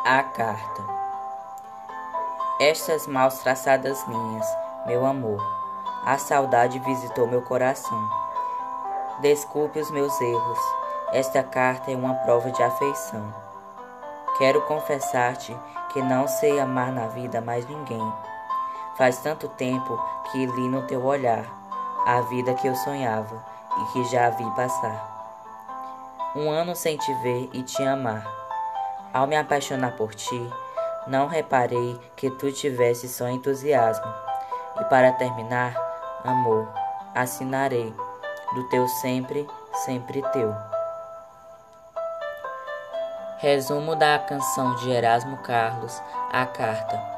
A carta. Estas mal traçadas linhas, meu amor, a saudade visitou meu coração. Desculpe os meus erros, esta carta é uma prova de afeição. Quero confessar-te que não sei amar na vida mais ninguém. Faz tanto tempo que li no teu olhar a vida que eu sonhava e que já vi passar. 1 ano sem te ver e te amar. Ao me apaixonar por ti, não reparei que tu tivesse só entusiasmo. E para terminar, amor, assinarei do teu sempre, sempre teu. Resumo da canção de Erasmo Carlos, A Carta.